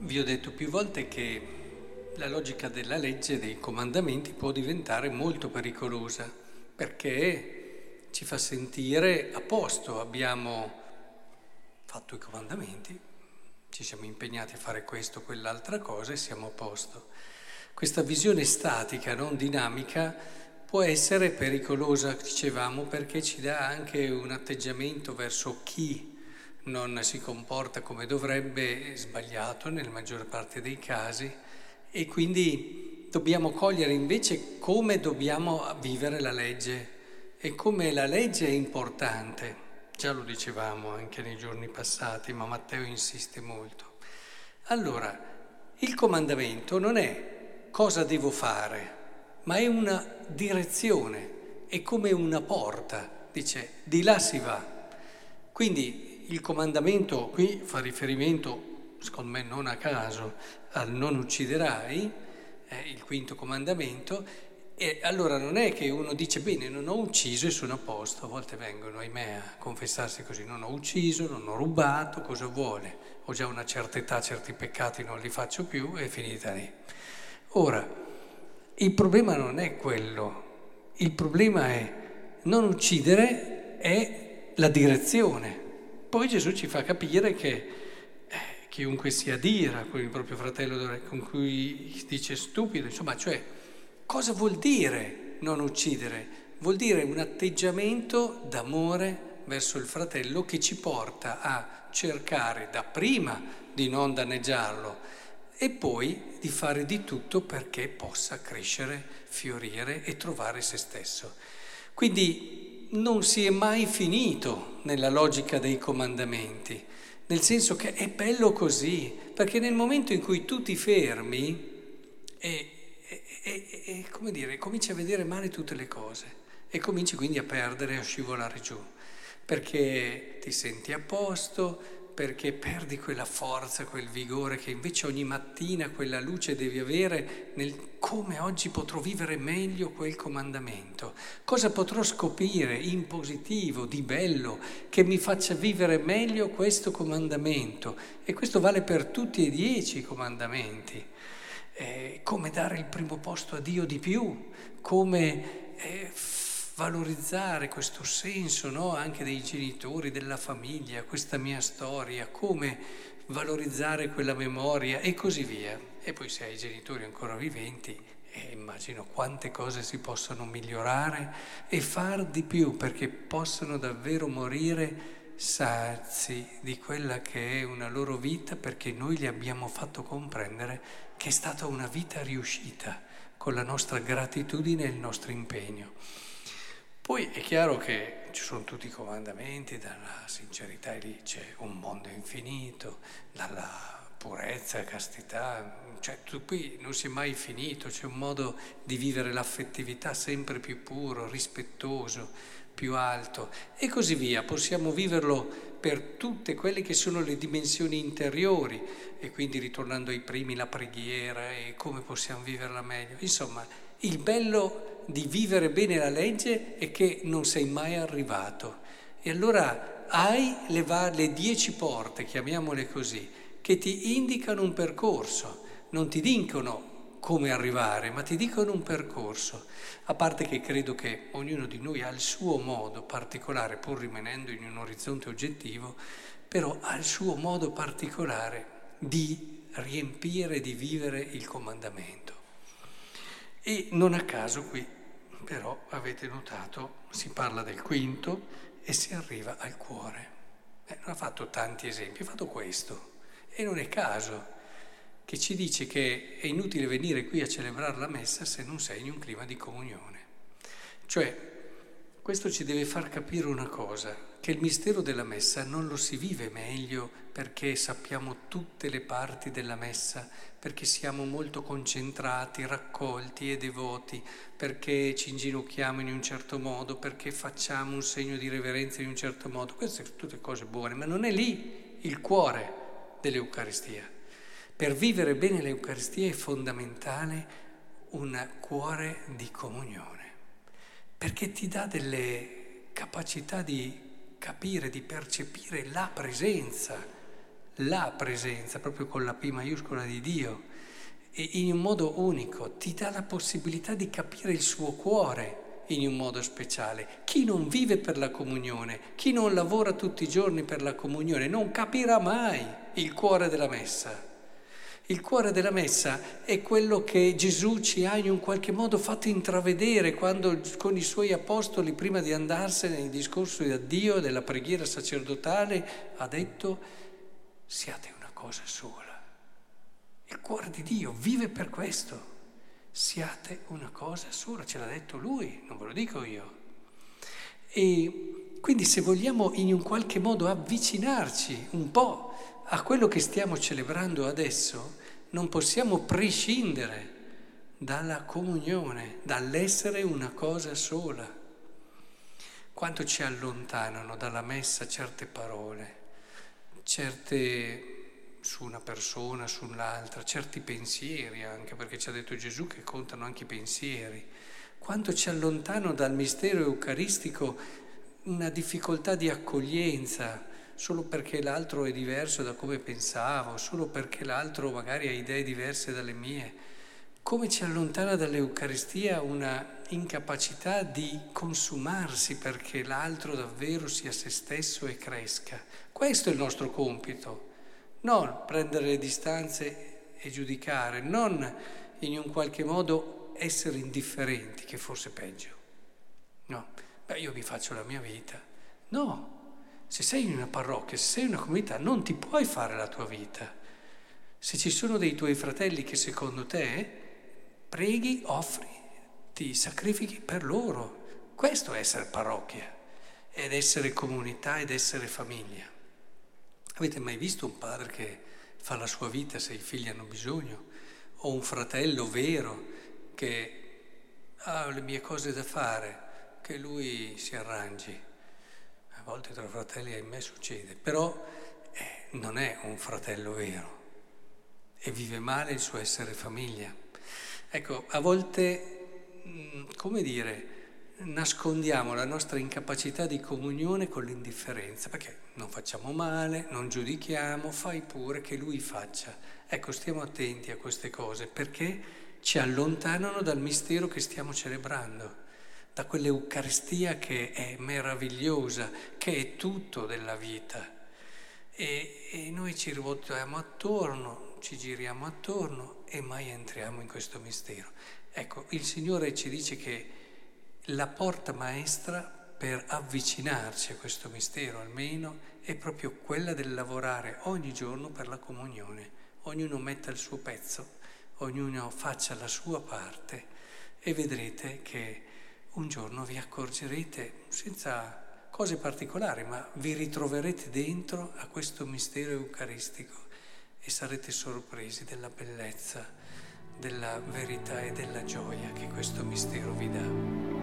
Vi ho detto più volte che la logica della legge, dei comandamenti, può diventare molto pericolosa, perché ci fa sentire a posto, abbiamo fatto i comandamenti, ci siamo impegnati a fare questo, quell'altra cosa e siamo a posto. Questa visione statica, non dinamica, può essere pericolosa, dicevamo, perché ci dà anche un atteggiamento verso chi non si comporta come dovrebbe, sbagliato nella maggior parte dei casi, e quindi dobbiamo cogliere invece come dobbiamo vivere la legge e come la legge è importante. Già lo dicevamo anche nei giorni passati, ma Matteo insiste molto. Allora, il comandamento non è cosa devo fare, ma è una direzione, è come una porta, dice, di là si va. Quindi il comandamento qui fa riferimento, secondo me non a caso, al non ucciderai, il quinto comandamento, e allora non è che uno dice bene, non ho ucciso e sono a posto, a volte vengono, ahimè, a confessarsi così, non ho ucciso, non ho rubato, cosa vuole? Ho già una certa età, certi peccati non li faccio più, è finita lì. Ora, il problema non è quello, il problema è non uccidere, è la direzione. Poi Gesù ci fa capire che chiunque si adira con il proprio fratello, con cui dice stupido, insomma, cioè, cosa vuol dire non uccidere? Vuol dire un atteggiamento d'amore verso il fratello che ci porta a cercare dapprima di non danneggiarlo e poi di fare di tutto perché possa crescere, fiorire e trovare se stesso. Quindi non si è mai finito nella logica dei comandamenti, nel senso che è bello così, perché nel momento in cui tu ti fermi e come dire, cominci a vedere male tutte le cose e cominci quindi a perdere, a scivolare giù, perché ti senti a posto, perché perdi quella forza, quel vigore che invece ogni mattina, quella luce devi avere nel come oggi potrò vivere meglio quel comandamento, cosa potrò scoprire in positivo, di bello, che mi faccia vivere meglio questo comandamento. E questo vale per tutti e 10 i comandamenti. Come dare il primo posto a Dio di più, come valorizzare questo senso, no? Anche dei genitori, della famiglia, questa mia storia, come valorizzare quella memoria e così via. E poi se hai i genitori ancora viventi, immagino quante cose si possono migliorare e far di più perché possano davvero morire sazi di quella che è una loro vita, perché noi gli abbiamo fatto comprendere che è stata una vita riuscita con la nostra gratitudine e il nostro impegno. Poi è chiaro che ci sono tutti i comandamenti, dalla sincerità, e lì c'è un mondo infinito, dalla purezza, castità, cioè qui non si è mai finito, c'è un modo di vivere l'affettività sempre più puro, rispettoso, più alto e così via. Possiamo viverlo per tutte quelle che sono le dimensioni interiori e quindi ritornando ai primi la preghiera e come possiamo viverla meglio. Insomma, il bello di vivere bene la legge è che non sei mai arrivato e allora hai le 10 porte, chiamiamole così, che ti indicano un percorso, non ti dicono come arrivare, ma ti dicono un percorso. A parte che credo che ognuno di noi ha il suo modo particolare, pur rimanendo in un orizzonte oggettivo, però ha il suo modo particolare di riempire, di vivere il comandamento. E non a caso qui, però, avete notato, si parla del quinto e si arriva al cuore. Non ha fatto tanti esempi, ha fatto questo. E non è caso che ci dice che è inutile venire qui a celebrare la messa se non sei in un clima di comunione. Cioè, questo ci deve far capire una cosa, che il mistero della messa non lo si vive meglio perché sappiamo tutte le parti della messa, perché siamo molto concentrati, raccolti e devoti, perché ci inginocchiamo in un certo modo, perché facciamo un segno di reverenza in un certo modo. Queste sono tutte cose buone, ma non è lì il cuore dell'Eucaristia. Per vivere bene l'Eucaristia è fondamentale un cuore di comunione, perché ti dà delle capacità di capire, di percepire la presenza, la presenza, proprio con la P maiuscola di Dio, e in un modo unico, ti dà la possibilità di capire il suo cuore in un modo speciale. Chi non vive per la comunione, chi non lavora tutti i giorni per la comunione, non capirà mai il cuore della messa. Il cuore della messa è quello che Gesù ci ha in un qualche modo fatto intravedere quando con i suoi apostoli, prima di andarsene nel discorso di addio della preghiera sacerdotale, ha detto: siate una cosa sola. Il cuore di Dio vive per questo. Siate una cosa sola, ce l'ha detto Lui, non ve lo dico io. E quindi se vogliamo in un qualche modo avvicinarci un po' a quello che stiamo celebrando adesso, non possiamo prescindere dalla comunione, dall'essere una cosa sola. Quanto ci allontanano dalla messa certe parole, certe su una persona, sull'altra, certi pensieri anche, perché ci ha detto Gesù che contano anche i pensieri. Quanto ci allontanano dal mistero eucaristico una difficoltà di accoglienza, solo perché l'altro è diverso da come pensavo, solo perché l'altro magari ha idee diverse dalle mie. Come ci allontana dall'Eucaristia una incapacità di consumarsi perché l'altro davvero sia se stesso e cresca. Questo è il nostro compito, non prendere le distanze e giudicare, non in un qualche modo essere indifferenti, che forse è peggio. No, io mi faccio la mia vita. No. Se sei in una parrocchia, se sei in una comunità, non ti puoi fare la tua vita. Se ci sono dei tuoi fratelli che secondo te preghi, offri, ti sacrifichi per loro. Questo è essere parrocchia, ed essere comunità ed essere famiglia. Avete mai visto un padre che fa la sua vita se i figli hanno bisogno? O un fratello vero che ha le mie cose da fare, che lui si arrangi? A volte tra fratelli ahimè succede, però non è un fratello vero e vive male il suo essere famiglia. Ecco, a volte, come dire, nascondiamo la nostra incapacità di comunione con l'indifferenza, perché non facciamo male, non giudichiamo, fai pure che lui faccia. Ecco, stiamo attenti a queste cose, perché ci allontanano dal mistero che stiamo celebrando, da quell'Eucaristia che è meravigliosa, che è tutto della vita. E noi ci ruotiamo attorno, ci giriamo attorno e mai entriamo in questo mistero. Ecco, il Signore ci dice che la porta maestra per avvicinarci a questo mistero almeno è proprio quella del lavorare ogni giorno per la comunione. Ognuno metta il suo pezzo, ognuno faccia la sua parte e vedrete che un giorno vi accorgerete, senza cose particolari, ma vi ritroverete dentro a questo mistero eucaristico e sarete sorpresi della bellezza, della verità e della gioia che questo mistero vi dà.